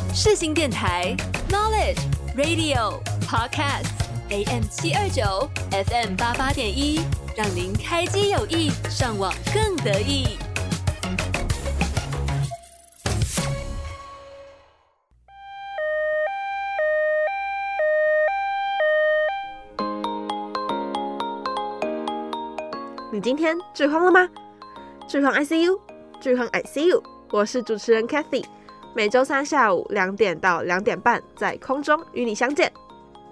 世新电台 Knowledge Radio Podcast AM 729 FM 88.1，让您开机有益，上网更得意。 你今天剧荒了吗？剧荒 ICU， 剧荒 ICU， 我是主持人 Cathy， 每周三下午2点到2点半在空中与你相见。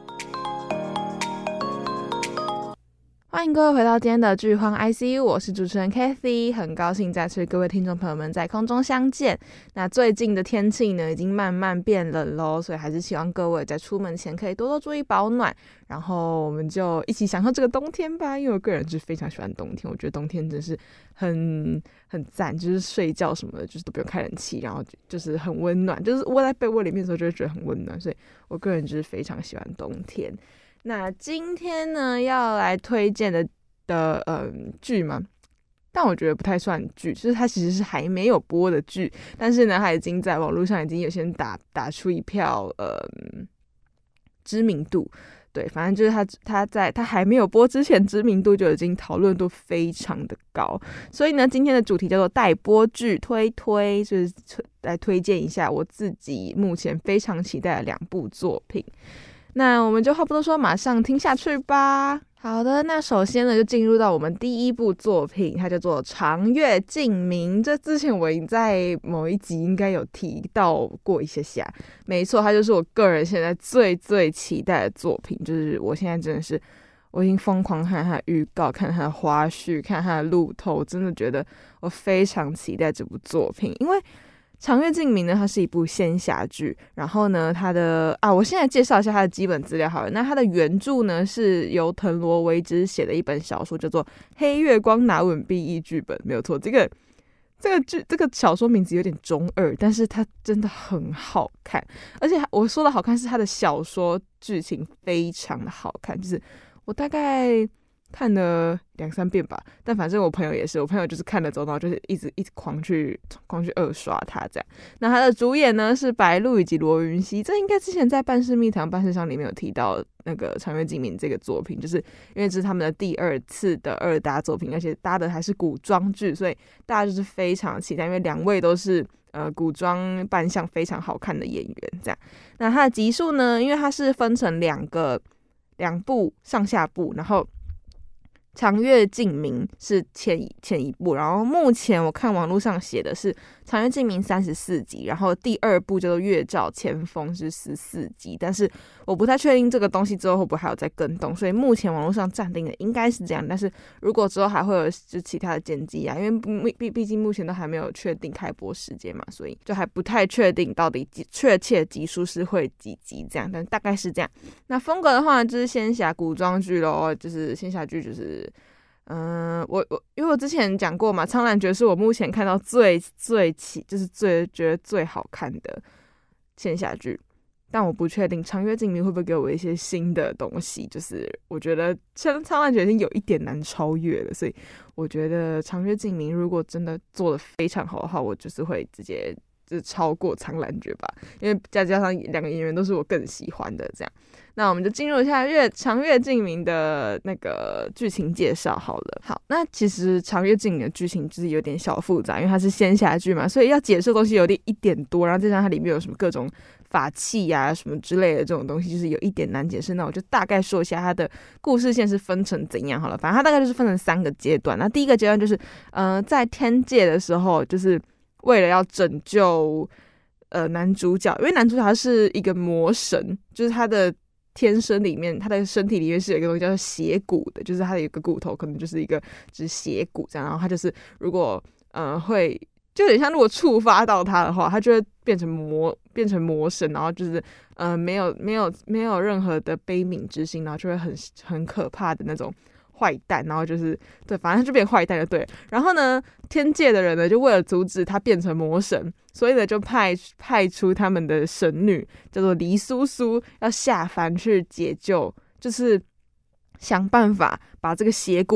欢迎各位回到今天的剧荒 ICU， 我是主持人 Cathy， 很高兴再次与各位听众朋友们在空中相见。那最近的天气呢，已经慢慢变冷咯，所以还是希望各位在出门前可以多多注意保暖，然后我们就一起享受这个冬天吧。因为我个人是非常喜欢冬天，我觉得冬天真是很赞，就是睡觉什么的，就是都不用开冷气，然后就是很温暖，就是窝在被窝里面的时候就会觉得很温暖，所以我个人就是非常喜欢冬天。那今天呢，要来推荐的剧嘛，但我觉得不太算剧，就是它其实是还没有播的剧，但是呢，它已经在网络上已经有些人打出一票知名度。对，反正就是它还没有播之前，知名度就已经讨论度非常的高。所以呢，今天的主题叫做待播剧推，就是来推荐一下我自己目前非常期待的2部作品。那我们就话不多说，马上听下去吧。好的，那首先呢，就进入到我们第一部作品，它叫做《长月烬明》。这之前我已经在某一集应该有提到过一下。没错，它就是我个人现在最期待的作品。就是我现在真的是，我已经疯狂看它的预告，看它的花絮，看它的路透，我真的觉得我非常期待这部作品，因为长月烬明呢，它是一部仙侠剧，然后呢，我现在介绍一下它的基本资料好了。那它的原著呢，是由藤萝维之写的一本小说，叫做《黑月光拿吻 BE 剧本》，没有错。这个小说名字有点中二，但是它真的很好看，而且我说的好看是它的小说剧情非常的好看，就是我大概看了2-3遍吧，但反正我朋友也是，我朋友就是看了之后，然后就是一直狂去二刷它这样。那他的主演呢是白鹿以及罗云熙，这应该之前在半世蜜糖、半世香里面有提到那个长月烬明这个作品，就是因为这是他们的第2次的2搭作品，而且搭的还是古装剧，所以大家就是非常期待，因为2位都是古装扮相非常好看的演员这样。那它的集数呢，因为它是分成2部上下部，然后长月烬明是前一部，然后目前我看网络上写的是长月烬明34集，然后第2部叫做月照千锋是14集，但是我不太确定这个东西之后会不会还有再更动，所以目前网络上暂定的应该是这样，但是如果之后还会有就其他的剪辑啊，因为毕竟目前都还没有确定开播时间嘛，所以就还不太确定到底确切集数是会几集这样，但大概是这样。那风格的话就是仙侠古装剧咯，就是仙侠剧就是因为我之前讲过嘛，苍兰诀是我目前看到觉得最好看的仙侠剧，但我不确定长月烬明会不会给我一些新的东西，就是我觉得苍兰诀已经有一点难超越了，所以我觉得长月烬明如果真的做得非常好的话，我就是会直接就是超过苍兰诀吧，因为加上2个演员都是我更喜欢的这样。那我们就进入一下长月烬明的那个剧情介绍好了。好，那其实长月烬明的剧情就是有点小复杂，因为它是仙侠剧嘛，所以要解释的东西有一点多，然后再加上它里面有什么各种法器啊什么之类的这种东西，就是有一点难解释。那我就大概说一下它的故事线是分成怎样好了。反正它大概就是分成3个阶段。那第一个阶段就是在天界的时候，就是为了要拯救男主角，因为男主角他是一个魔神，就是他的天生里面，他的身体里面是有一个东西叫做血骨的，就是他的一个骨头可能就是一个就是血骨这样，然后他就是如果会就有点像如果触发到他的话，他就会变成魔神，然后就是没有任何的悲悯之心，然后就会很可怕的那种坏蛋，然后就是对，反正就变坏蛋就对了。然后呢，天界的人呢就为了阻止他变成魔神，所以呢就派出他们的神女叫做黎苏苏，要下凡去解救，就是想办法把这个血骨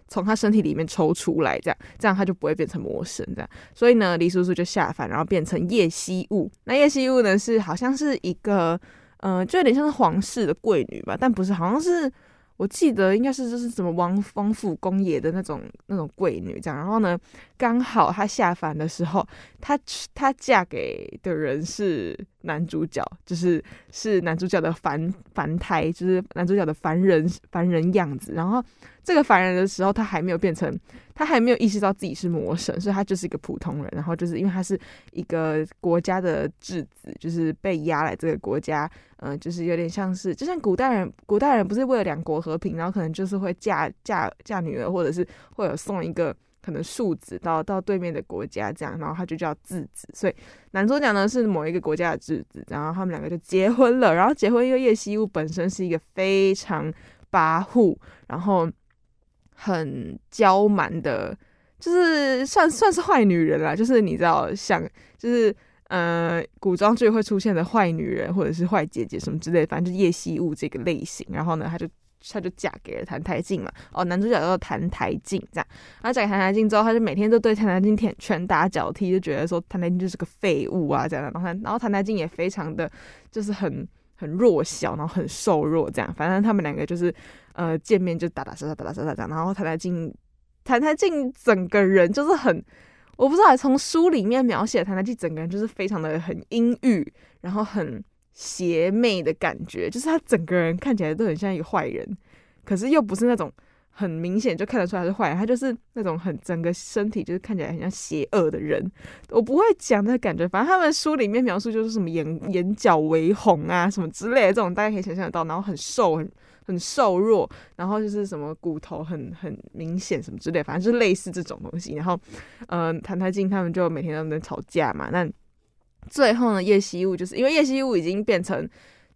从他身体里面抽出来，这样他就不会变成魔神这样。所以呢，黎叔叔就下凡，然后变成叶希雾。那叶希雾呢好像是一个就有点像是皇室的贵女吧，但不是，好像是我记得应该是就是什么王府公爷的那种贵女这样。然后呢，刚好她下凡的时候，她嫁给的人是男主角，是男主角的凡胎，就是男主角的凡人样子。然后这个凡人的时候，他还没有意识到自己是魔神，所以他就是一个普通人。然后就是因为他是一个国家的质子，就是被压来这个国家，就是有点像是，就像古代人不是为了两国和平，然后可能就是会嫁女儿，或者是会有送一个可能庶子到对面的国家这样，然后他就叫质子。所以男主角呢是某一个国家的质子，然后他们两个就结婚了。然后结婚，因为叶希雾本身是一个非常跋扈，然后很娇蛮的，就是算是坏女人啦，就是你知道，就是古装剧会出现的坏女人或者是坏姐姐什么之类的，反正就是叶希雾这个类型。然后呢，她就嫁给了澹台烬嘛，男主角叫做澹台烬这样。然后嫁给澹台烬之后，他就每天都对澹台烬拳打脚踢，就觉得说澹台烬就是个废物啊这样。然後澹台烬也非常的就是很弱小，然后很瘦弱这样。反正他们两个就是见面就打杀这样。然后澹台烬整个人就是我不知道，从书里面描写澹台烬整个人就是非常的很阴郁，然后很邪魅的感觉，就是他整个人看起来都很像一个坏人，可是又不是那种很明显就看得出来是坏人，他就是那种整个身体就是看起来很像邪恶的人。我不会讲那感觉，反正他们书里面描述就是什么眼角微红啊什么之类的，这种大家可以想象得到。然后很瘦弱，然后就是什么骨头很明显什么之类的，反正就是类似这种东西。然后澹台烬他们就每天都在吵架嘛。那最后呢，叶希雾就是因为叶希雾已经变成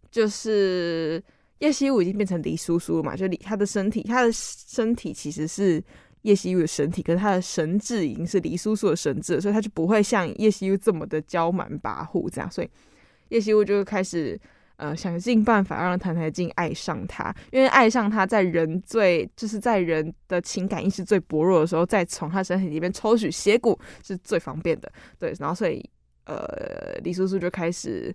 黎叔叔了嘛，就他的身体其实是叶希雾的身体，可是他的神智已经是黎叔叔的神智了，所以他就不会像叶希雾这么的娇蛮跋扈这样。所以叶希雾就开始想尽办法让澹台烬爱上他，因为爱上他在人的情感意识最薄弱的时候，再从他身体里面抽取血骨是最方便的。对，然后所以黎叔叔就开始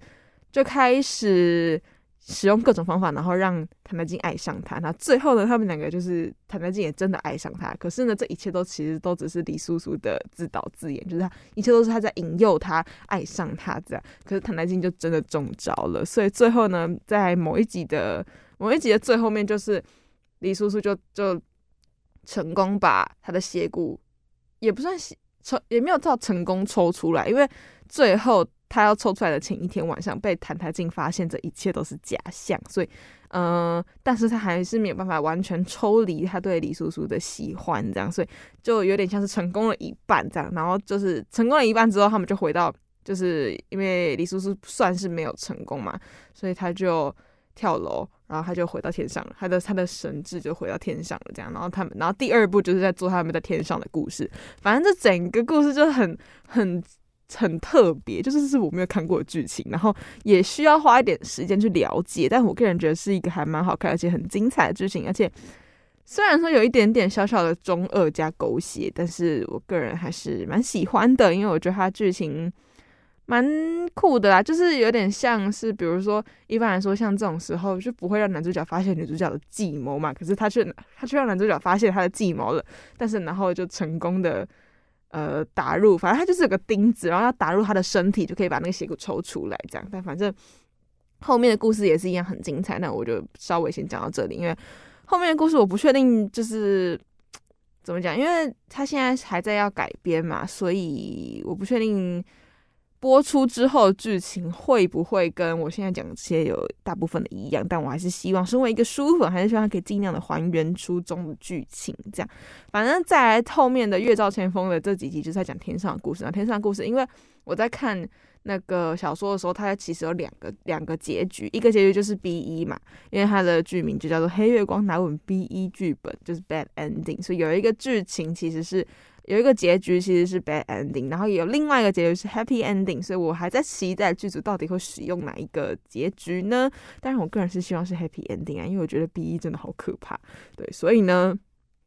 使用各种方法，然后让澹台烬爱上他。那最后呢，他们两个就是澹台烬也真的爱上他。可是呢，这一切其实都只是黎叔叔的自导自演，就是一切都是他在引诱他爱上他这样。可是澹台烬就真的中招了，所以最后呢，在某一集的最后面，就是黎叔叔就成功把他的血骨，也不算也没有到成功抽出来，因为最后他要抽出来的前一天晚上被澹台烬发现这一切都是假象，所以但是他还是没有办法完全抽离他对黎叔叔的喜欢这样，所以就有点像是成功了一半这样。然后就是成功了一半之后，他们就回到，就是因为黎叔叔算是没有成功嘛，所以他就跳楼，然后他就回到天上了，他的神智就回到天上了这样。然后第二部就是在做他们在天上的故事。反正这整个故事就很特别，就是我没有看过的剧情，然后也需要花一点时间去了解。但我个人觉得是一个还蛮好看而且很精彩的剧情，而且虽然说有一点点小小的中二加狗血，但是我个人还是蛮喜欢的，因为我觉得它剧情蛮酷的啦，就是有点像是，比如说一般来说像这种时候就不会让男主角发现女主角的计谋嘛，可是他却让男主角发现他的计谋了，但是然后就成功的打入，反正他就是有个钉子，然后要打入他的身体就可以把那个血骨抽出来这样。但反正后面的故事也是一样很精彩，那我就稍微先讲到这里，因为后面的故事我不确定就是怎么讲，因为他现在还在要改编嘛，所以我不确定播出之后剧情会不会跟我现在讲的这些有大部分的一样，但我还是希望身为一个书粉，还是希望可以尽量的还原书中的剧情这样。反正再来后面的月照前锋的这几集就是在讲天上的故事。天上的故事因为我在看那个小说的时候，它其实有两个结局，一个结局就是 B1 嘛，因为它的剧名就叫做黑月光拿稳 B1 剧本，就是 Bad Ending， 所以有一个剧情其实是有一个结局其实是 bad ending， 然后也有另外一个结局是 happy ending， 所以我还在期待剧组到底会使用哪一个结局呢？当然我个人是希望是 happy ending 啊，因为我觉得 B1 真的好可怕。对，所以呢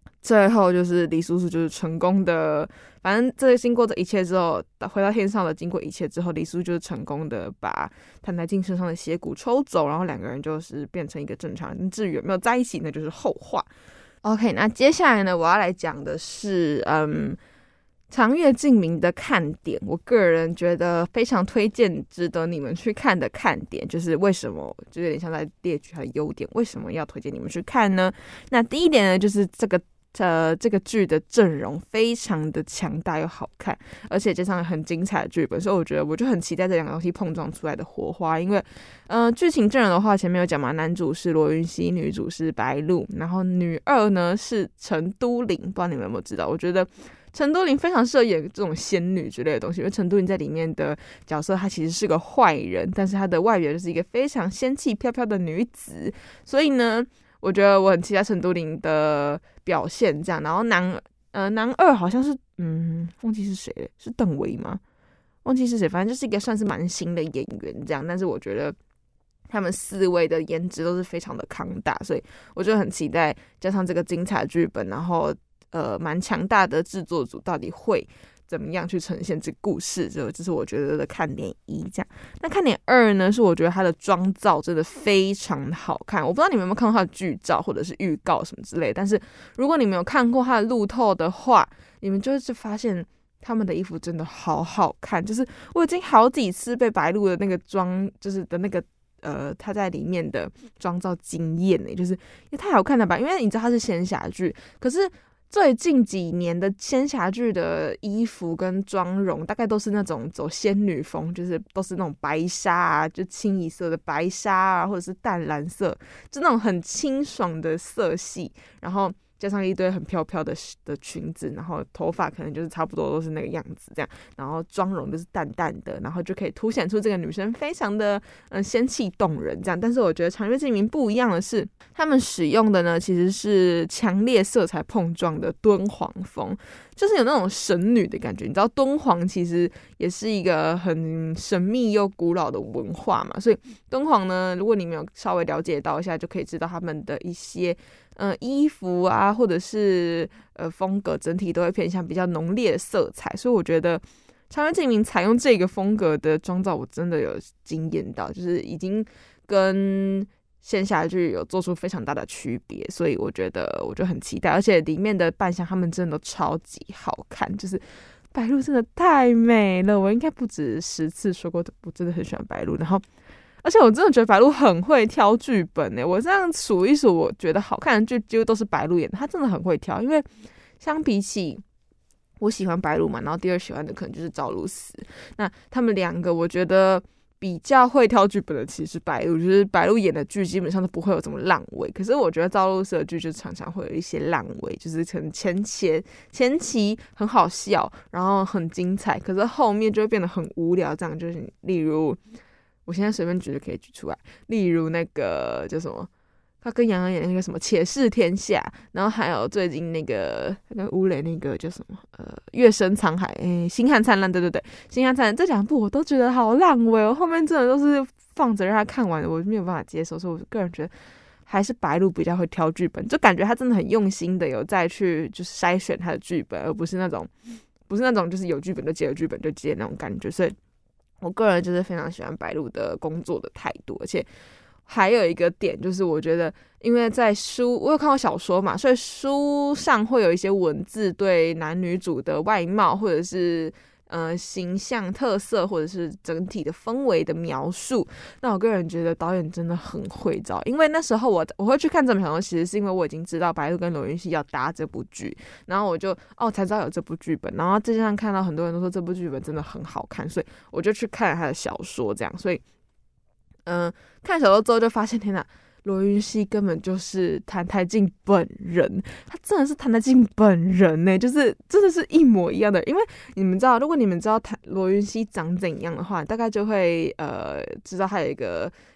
最后就是李叔叔就是成功的，反正经过这一切之后，回到天上的经过一切之后，李叔就是成功的把谭台烬身上的血骨抽走，然后两个人就是变成一个正常人。至于有没有在一起，那就是后话。OK， 那接下来呢，我要来讲的是长月烬明的看点。我个人觉得非常推荐，值得你们去看的看点，就是为什么，就有点像在列举它的优点，为什么要推荐你们去看呢？那第一点呢，就是这个剧的阵容非常的强大又好看，而且加上很精彩的剧本，所以我觉得我就很期待这两个东西碰撞出来的火花。因为剧情阵容的话，前面有讲嘛，男主是罗云熙，女主是白鹿，然后女二呢是陈都灵，不知道你们有没有知道？我觉得陈都灵非常适合演这种仙女之类的东西，因为陈都灵在里面的角色，她其实是个坏人，但是她的外表就是一个非常仙气飘飘的女子，所以呢，我觉得我很期待陈都灵的表现，这样。然后男二好像是忘记是谁了，是邓为吗？忘记是谁，反正就是一个算是蛮新的演员这样。但是我觉得他们4位的颜值都是非常的扛大，所以我就很期待，加上这个精彩剧本，然后蛮强大的制作组到底会怎么样去呈现这个故事，这是我觉得的看点1这样。那看点2呢，是我觉得它的妆造真的非常好看。我不知道你们有没有看过它的剧照或者是预告什么之类的，但是如果你们有看过它的路透的话，你们就会发现他们的衣服真的好好看。就是我已经好几次被白鹿的那个妆，就是的那个他在里面的妆造惊艳欸，就是因为太好看了吧？因为你知道它是仙侠剧，可是最近几年的仙侠剧的衣服跟妆容大概都是那种走仙女风，就是都是那种白纱啊，就清一色的白纱啊，或者是淡蓝色，就那种很清爽的色系，然后加上一堆很飘飘的裙子，然后头发可能就是差不多都是那个样子这样，然后妆容就是淡淡的，然后就可以凸显出这个女生非常的仙气动人这样。但是我觉得长月烬明不一样的是，他们使用的呢其实是强烈色彩碰撞的敦煌风，就是有那种神女的感觉。你知道敦煌其实也是一个很神秘又古老的文化嘛，所以敦煌呢，如果你没有稍微了解到一下，就可以知道他们的一些衣服啊，或者是风格，整体都会偏向比较浓烈的色彩。所以我觉得长月烬明采用这个风格的妆造，我真的有惊艳到，就是已经跟仙侠剧有做出非常大的区别，所以我觉得我就很期待。而且里面的扮相他们真的都超级好看，就是白鹿真的太美了，我应该不止10次说过我真的很喜欢白鹿。然后而且我真的觉得白鹿很会挑剧本欸，我这样数一数，我觉得好看的剧几乎都是白鹿演的，她真的很会挑。因为相比起我喜欢白鹿嘛，然后第2喜欢的可能就是赵露思，那他们两个我觉得比较会挑剧本的其实是白鹿，就是白鹿演的剧基本上都不会有这么烂尾，可是我觉得赵露思的剧就常常会有一些烂尾，就是可能前期很好笑，然后很精彩，可是后面就会变得很无聊，这样。就是例如我现在随便举就可以举出来，例如那个叫什么，他跟杨洋演那个什么《且试天下》，然后还有最近那个跟吴磊那个叫什么月升沧海，星汉灿烂，对，星汉灿烂，这2部我都觉得好烂尾，我后面真的都是放着让他看完的，我没有办法接受，所以我个人觉得还是白鹿比较会挑剧本，就感觉他真的很用心的有再去就是筛选他的剧本，而不是那种就是有剧本就接了剧本就接那种感觉。所以我个人就是非常喜欢白鹿的工作的态度。而且还有一个点就是我觉得，因为在我有看过小说嘛，所以书上会有一些文字对男女主的外貌或者是形象特色或者是整体的氛围的描述。那我个人觉得导演真的很会找，因为那时候我会去看这本小说，其实是因为我已经知道白鹿跟罗云熙要搭这部剧，然后我就才知道有这部剧本，然后再加上看到很多人都说这部剧本真的很好看，所以我就去看了他的小说这样。所以看小说之后就发现，天哪，罗云熙根本就是谭台烬本人，他真的是谭台烬本人欸，就是真的是一模一样的。因为你们知道，如果你们知道罗云熙长怎样的话，大概就会知道他有一个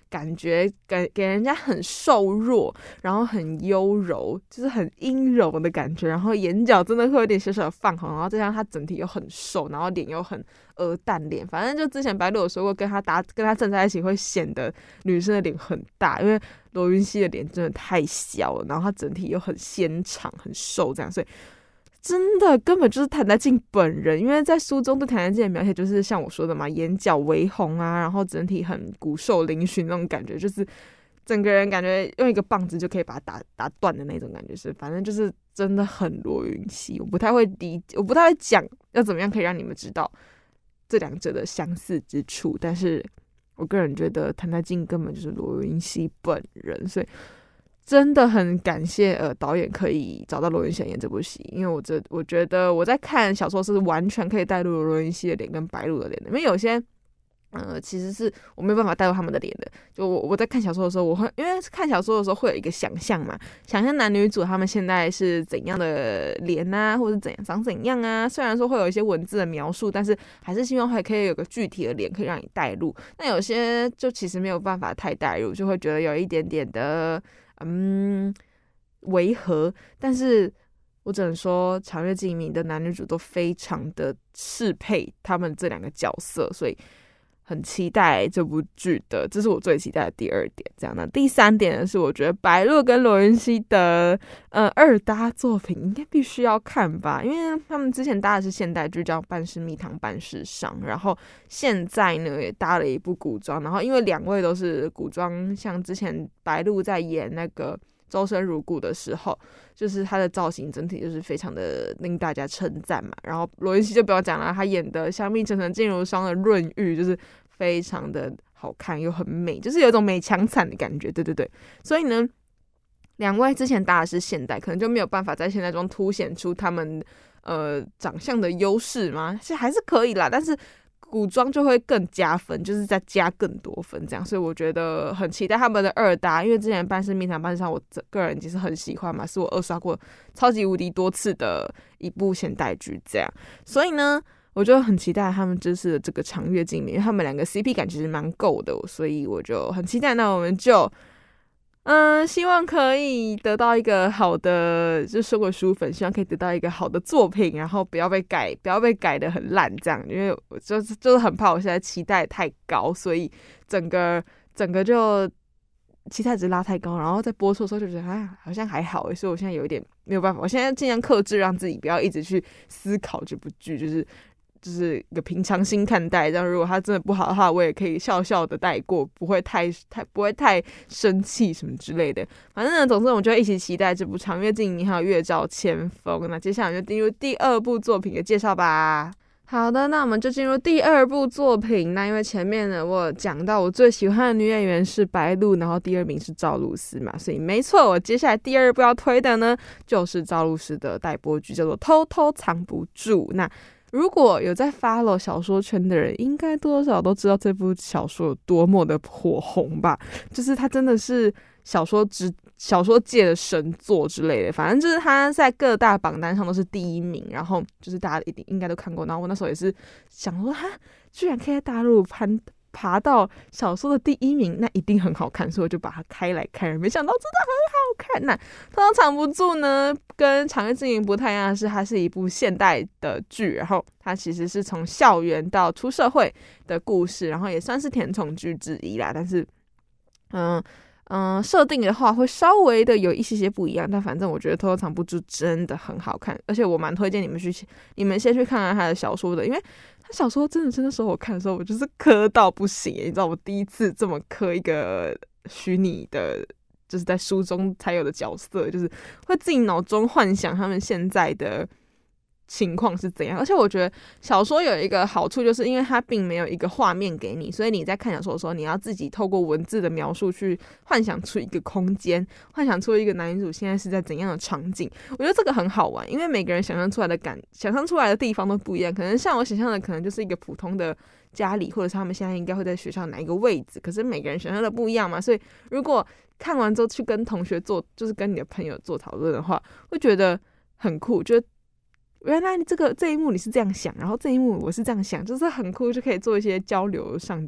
感觉给人家很瘦弱，然后很优柔，就是很阴柔的感觉，然后眼角真的会有点小小的泛红，然后再加上她整体又很瘦，然后脸又很鹅蛋脸，反正就之前白鹿有说过，跟她站在一起会显得女生的脸很大，因为罗云熙的脸真的太小了，然后她整体又很纤长很瘦这样，所以真的根本就是谭台烬本人，因为在书中对谭台烬的描写就是像我说的嘛，眼角微红啊，然后整体很骨瘦嶙峋那种感觉，就是整个人感觉用一个棒子就可以把它打断的那种感觉，是反正就是真的很罗云熙。我不太会讲要怎么样可以让你们知道这两者的相似之处，但是我个人觉得谭台烬根本就是罗云熙本人，所以真的很感谢导演可以找到罗云熙演这部戏，因为我觉得我在看小说是完全可以带入罗云熙的脸跟白鹿的脸的，因为有些其实是我没有办法带入他们的脸的。就我在看小说的时候，因为看小说的时候会有一个想象嘛，想象男女主他们现在是怎样的脸啊，或者长怎样啊。虽然说会有一些文字的描述，但是还是希望还可以有个具体的脸可以让你带入。那有些就其实没有办法太带入，就会觉得有一点点的违和，但是我只能说长月烬明的男女主都非常的适配他们这两个角色，所以很期待这部剧的，这是我最期待的第二点。这样，那第三点呢，是我觉得白鹿跟罗云熙的二搭作品应该必须要看吧，因为他们之前搭的是现代剧叫《半是蜜糖半是伤》，然后现在呢也搭了一部古装，然后因为两位都是古装，像之前白鹿在演那个周生如故的时候，就是他的造型整体就是非常的令大家称赞嘛。然后罗云熙就不要讲了，他演的香蜜沉沉烬如霜的润玉就是非常的好看又很美，就是有一种美强惨的感觉，对。所以呢，两位之前搭的是现代，可能就没有办法在现代中凸显出他们长相的优势吗？其实还是可以啦，但是古装就会更加分，就是再加更多分这样，所以我觉得很期待他们的二搭，因为之前半是蜜糖半是伤我个人其实很喜欢嘛，是我二刷过超级无敌多次的一部现代剧这样，所以呢我就很期待他们这次的这个长月烬明，因为他们两个 CP 感其实蛮够的，所以我就很期待。那我们就希望可以得到一个好的，就身为书粉，希望可以得到一个好的作品，然后不要被改得很烂这样，因为我就是很怕我现在期待太高，所以整个就期待值拉太高，然后在播出的时候就觉得好像还好，所以我现在有一点没有办法，我现在尽量克制，让自己不要一直去思考这部剧，就是一个平常心看待，这样如果他真的不好的话，我也可以笑笑的带过，不会太生气什么之类的。反正呢，总之我们就一起期待这部长月烬明还有月照千锋。那接下来就进入第二部作品的介绍吧。好的，那我们就进入第二部作品。那因为前面呢，我有讲到我最喜欢的女演员是白鹿，然后第二名是赵露思嘛，所以没错，我接下来第二部要推的呢，就是赵露思的待播剧，叫做《偷偷藏不住》。那如果有在 follow 小说圈的人，应该多多少少都知道这部小说有多么的火红吧，就是它真的是小说界的神作之类的，反正就是它在各大榜单上都是第一名，然后就是大家应该都看过，然后我那时候也是想说居然可以在大陆爬到小说的第一名，那一定很好看，所以我就把它开来看，没想到真的很好看。那偷偷藏不住呢，跟长月烬明不太一样的是，它是一部现代的剧，然后它其实是从校园到出社会的故事，然后也算是甜宠剧之一啦，但是设定的话会稍微的有一些不一样，但反正我觉得偷偷藏不住真的很好看，而且我蛮推荐你们先去看看他的小说的，因为他小说真的那时候我看的时候我就是磕到不行，你知道我第一次这么磕一个虚拟的，就是在书中才有的角色，就是会自己脑中幻想他们现在的情况是怎样。而且我觉得小说有一个好处，就是因为它并没有一个画面给你，所以你在看小说的时候，你要自己透过文字的描述去幻想出一个空间，幻想出一个男女主现在是在怎样的场景。我觉得这个很好玩，因为每个人想象出来的地方都不一样，可能像我想象的可能就是一个普通的家里，或者是他们现在应该会在学校哪一个位置，可是每个人想象的不一样嘛，所以如果看完之后去跟同学就是跟你的朋友做讨论的话，会觉得很酷，就原来这一幕你是这样想，然后这一幕我是这样想，就是很酷，就可以做一些交流上的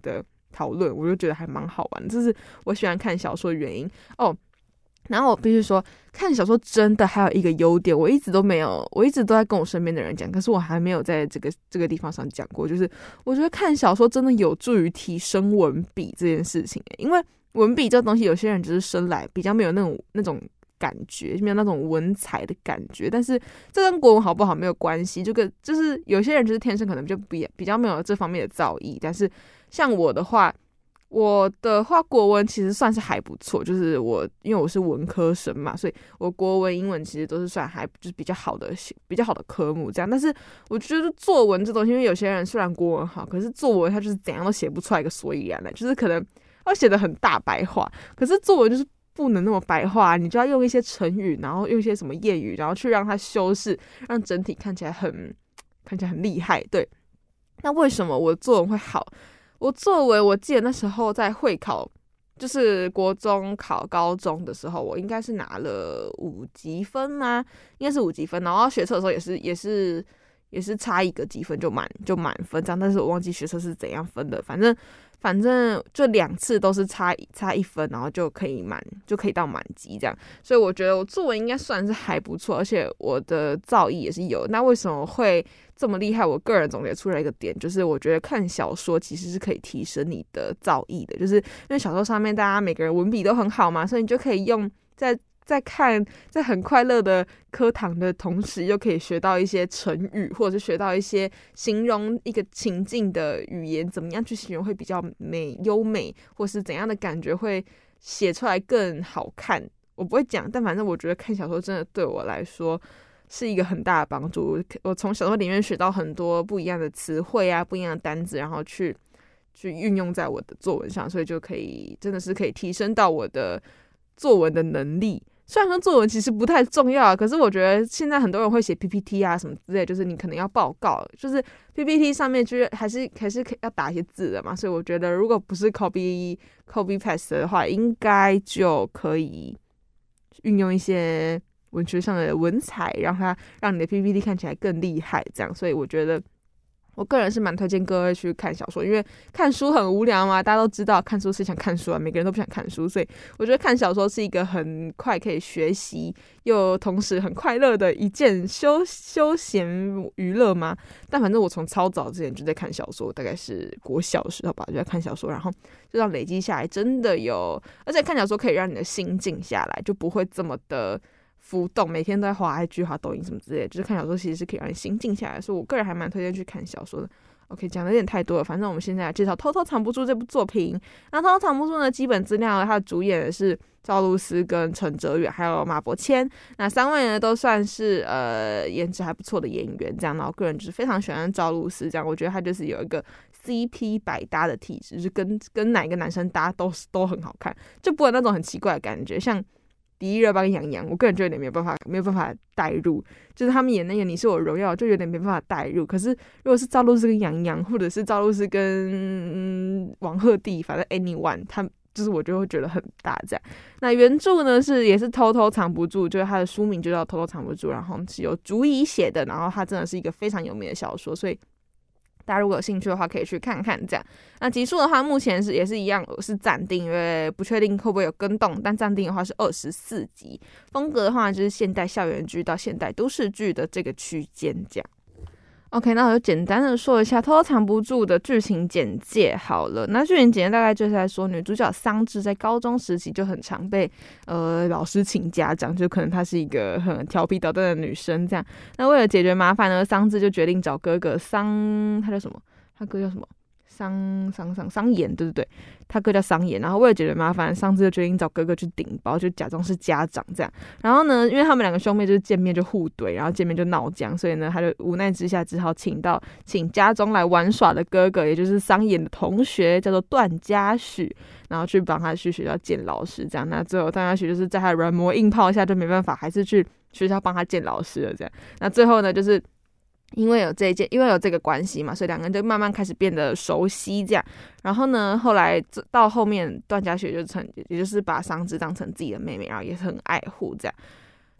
讨论，我就觉得还蛮好玩的，这是我喜欢看小说的原因哦。然后我必须说，看小说真的还有一个优点，我一直都在跟我身边的人讲，可是我还没有在这个地方上讲过，就是我觉得看小说真的有助于提升文笔这件事情，因为文笔这东西，有些人只是生来比较没有那种感觉，没有那种文采的感觉，但是这跟国文好不好没有关系，就是有些人就是天生可能比较没有这方面的造诣，但是像我的话，国文其实算是还不错，就是因为我是文科生嘛，所以我国文、英文其实都是算就是比较好的科目这样。但是我觉得作文这东西，因为有些人虽然国文好，可是作文他就是怎样都写不出来一个所以然来，就是可能要写得很大白话，可是作文就是不能那么白话，你就要用一些成语，然后用一些什么谚语，然后去让它修饰，让整体看起来很厉害。对，那为什么我作文会好？我作文我记得那时候在会考，就是国中考高中的时候，我应该是拿了5级分吗？应该是5级分，然后学测的时候也是差1个积分就满分这样，但是我忘记学测是怎样分的，反正就2次都是差1分，然后就可以到满级这样，所以我觉得我作文应该算是还不错，而且我的造诣也是有。那为什么会这么厉害？我个人总结出来一个点，就是我觉得看小说其实是可以提升你的造诣的，就是因为小说上面大家每个人文笔都很好嘛，所以你就可以用在很快乐的课堂的同时，又可以学到一些成语，或者是学到一些形容一个情境的语言，怎么样去形容会比较优美，或是怎样的感觉会写出来更好看。我不会讲，但反正我觉得看小说真的对我来说是一个很大的帮助。我从小说里面学到很多不一样的词汇啊，不一样的单字，然后去运用在我的作文上，所以就真的是可以提升到我的作文的能力。虽然说作文其实不太重要，可是我觉得现在很多人会写 PPT 啊什么之类，就是你可能要报告，就是 PPT 上面就是还是要打一些字的嘛，所以我觉得如果不是 copy paste 的话，应该就可以运用一些文学上的文采，让你的 PPT 看起来更厉害，这样。所以我觉得我个人是蛮推荐各位去看小说，因为看书很无聊嘛，大家都知道看书是想看书啊，每个人都不想看书，所以我觉得看小说是一个很快可以学习又同时很快乐的一件休闲娱乐嘛。但反正我从超早之前就在看小说，大概是国小的时候吧，就在看小说，然后就这样累积下来，真的有，而且看小说可以让你的心静下来，就不会这么的浮动，每天都在滑 IG 滑抖音什么之类的，就是看小说其实是可以让你心静下来，所以我个人还蛮推荐去看小说的。OK， 讲的有点太多了，反正我们现在来介绍《偷偷藏不住》这部作品。那《偷偷藏不住》呢，基本资料它的主演的是赵露思跟陈哲远还有马伯骞，那3位呢都算是颜值还不错的演员这样。然后个人就是非常喜欢赵露思这样，我觉得她就是有一个 CP 百搭的体质，就是跟哪个男生搭都很好看，就不会有那种很奇怪的感觉，像迪丽热巴跟杨洋，我个人就有点没有办法带入，就是他们演那个《你是我荣耀》，就有点没办法带入。可是如果是赵露思跟杨洋，或者是赵露思跟王鹤棣，反正 anyone， 他就是我就会觉得很搭这样。那原著呢也是偷偷藏不住，就是他的书名就叫偷偷藏不住，然后是由竹乙写的，然后他真的是一个非常有名的小说，所以大家如果有兴趣的话，可以去看看这样。那集数的话，目前也是一样，是暂定，因为不确定会不会有更动，但暂定的话是24集。风格的话，就是现代校园剧到现代都市剧的这个区间这样。OK， 那我就简单的说一下《偷偷藏不住》的剧情简介好了。那剧情简介大概就是在说，女主角桑稚在高中时期就很常被老师请家长，就可能她是一个很调皮捣蛋的女生这样。那为了解决麻烦呢，桑稚就决定找哥哥他叫什么？他哥叫什么？桑延，对，他哥叫桑延。然后为了解决麻烦，桑稚就决定找哥哥去顶包，就假装是家长这样。然后呢，因为他们2个兄妹就是见面就互怼，然后见面就闹僵，所以呢，他就无奈之下只好请家中来玩耍的哥哥，也就是桑延的同学，叫做段嘉许，然后去帮他去学校见老师这样。那最后段嘉许就是在他的软磨硬泡下就没办法，还是去学校帮他见老师了这样。那最后呢，就是因为有这个关系嘛，所以2个人就慢慢开始变得熟悉这样。然后呢，后来到后面段嘉许也就是把桑稚当成自己的妹妹，然后也是很爱护这样。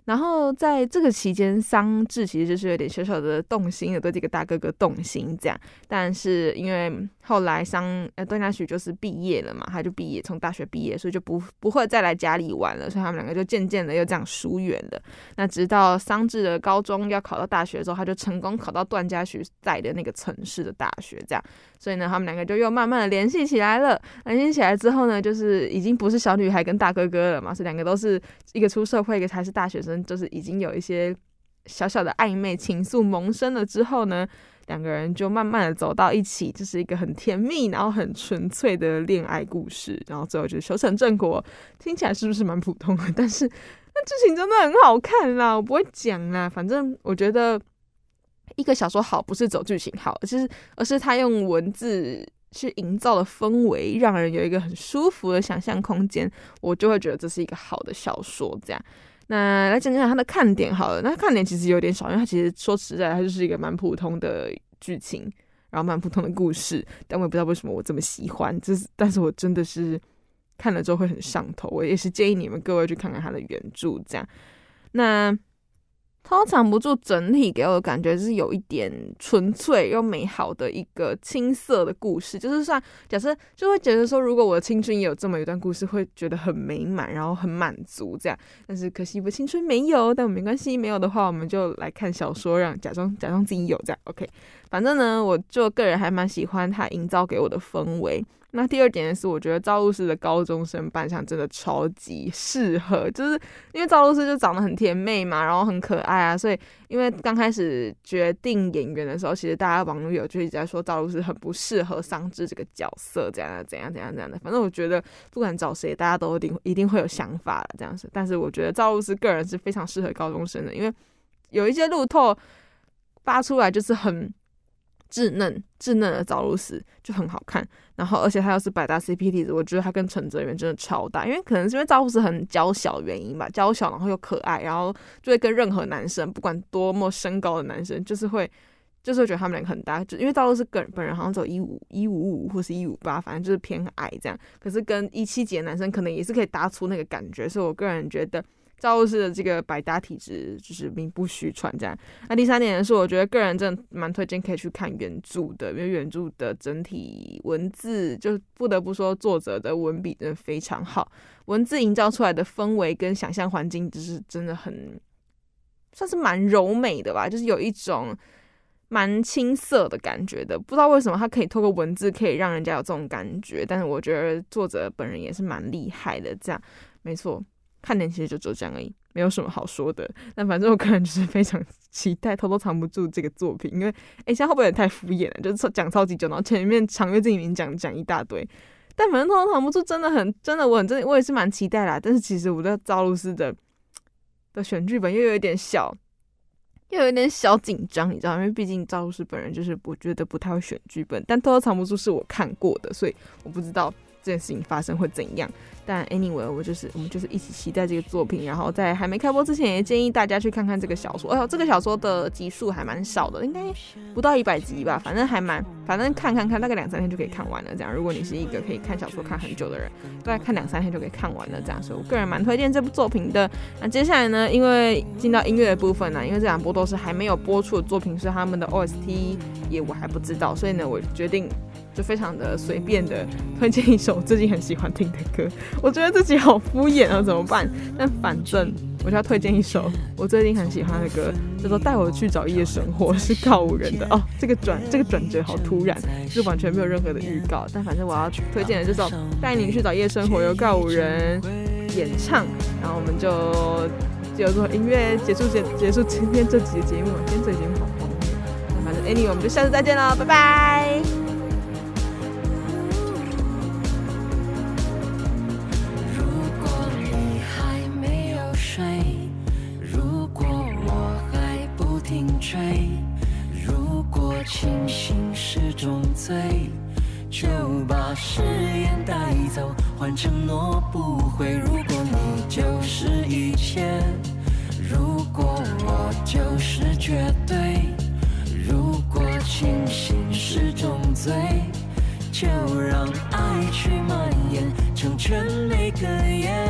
然后在这个期间，桑稚其实就是有点小小的动心的对这个大哥哥动心这样，但是因为后来段嘉许就是毕业了嘛，他就从大学毕业，所以就不会再来家里玩了，所以他们两个就渐渐的又这样疏远了。那直到桑稚的高中要考到大学之后，他就成功考到段嘉许在的那个城市的大学这样，所以呢，他们两个就又慢慢的联系起来了。联系起来之后呢，就是已经不是小女孩跟大哥哥了嘛，所以两个都是一个出社会，一个还是大学生，就是已经有一些小小的暧昧情愫萌生了之后呢，两个人就慢慢的走到一起，这是一个很甜蜜然后很纯粹的恋爱故事，然后最后就是修成正果。听起来是不是蛮普通的？但是那剧情真的很好看啦，我不会讲啦，反正我觉得一个小说好不是走剧情好，而是他用文字去营造的氛围，让人有一个很舒服的想象空间，我就会觉得这是一个好的小说这样。那来讲讲它的看点好了，那看点其实有点少，因为它其实说实在，它就是一个蛮普通的剧情，然后蛮普通的故事，但我也不知道为什么我这么喜欢，但是我真的是看了之后会很上头，我也是建议你们各位去看看它的原著这样。那偷藏不住整体给我的感觉是有一点纯粹又美好的一个青涩的故事，就是算假设就会觉得说，如果我的青春也有这么一段故事，会觉得很美满，然后很满足这样。但是可惜我青春没有，但我没关系，没有的话我们就来看小说，让假装自己有这样 OK。反正呢，我就个人还蛮喜欢他营造给我的氛围。那第二点是，我觉得赵露思的高中生扮相真的超级适合，就是因为赵露思就长得很甜妹嘛，然后很可爱啊，所以因为刚开始决定演员的时候，其实大家网络有就一直在说赵露思很不适合桑稚这个角色，怎样的。反正我觉得不管找谁，大家都一定会有想法了这样子。但是我觉得赵露思个人是非常适合高中生的，因为有一些路透发出来就是很稚嫩的赵露思就很好看，然后而且他又是百搭 CP 体质，我觉得他跟陈哲元真的超搭，因为可能是因为赵露思很娇小的原因吧，娇小然后又可爱，然后就会跟任何男生，不管多么身高的男生，就是会觉得他们两个很搭，就因为赵露思本人好像只有155或是158，反正就是偏矮这样，可是跟17级的男生可能也是可以搭出那个感觉，所以我个人觉得赵露思的这个百搭体质就是名不虚传这样。那第三点是，我觉得个人真的蛮推荐可以去看原著的，因为原著的整体文字就不得不说作者的文笔真的非常好，文字营造出来的氛围跟想象环境就是真的很算是蛮柔美的吧，就是有一种蛮青涩的感觉的，不知道为什么他可以透过文字可以让人家有这种感觉，但是我觉得作者本人也是蛮厉害的这样。没错，看点其实就只有这样而已，没有什么好说的。但反正我个人就是非常期待偷偷藏不住这个作品，因为现在会不会有点太敷衍了，就是讲超级久，然后前面长月烬明讲一大堆，但反正偷偷藏不住真的我也是蛮期待啦。但是其实我对赵露思的选剧本又有点小紧张，你知道，因为毕竟赵露思本人就是我觉得不太会选剧本，但偷偷藏不住是我看过的，所以我不知道这件事情发生会怎样。但 anyway 我们就是一起期待这个作品，然后在还没开播之前也建议大家去看看这个小说。这个小说的集数还蛮少的，应该不到100集吧，反正看大概2-3天就可以看完了这样。如果你是一个可以看小说看很久的人，大概看2-3天就可以看完了这样，所以我个人蛮推荐这部作品的。那接下来呢，因为进到音乐的部分呢，因为这2部都是还没有播出的作品，是他们的 OST 也我还不知道，所以呢我决定就非常的随便的推荐一首我最近很喜欢听的歌。我觉得自己好敷衍啊，怎么办？但反正我就要推荐一首我最近很喜欢的歌，叫做《带我去找夜生活》，是告五人的哦。这个转折好突然，就完全没有任何的预告。但反正我要推荐的这首《带你去找夜生活》由告五人演唱，然后我们就做音乐结束今天这集的节目。今天这集节目好荒谬，反正 anyway 我们就下次再见了，拜拜。 如果清醒是种罪，就把誓言带走，换承诺不悔。如果你就是一切，如果我就是绝对，如果清醒是种罪，就让爱去蔓延，成全每个夜。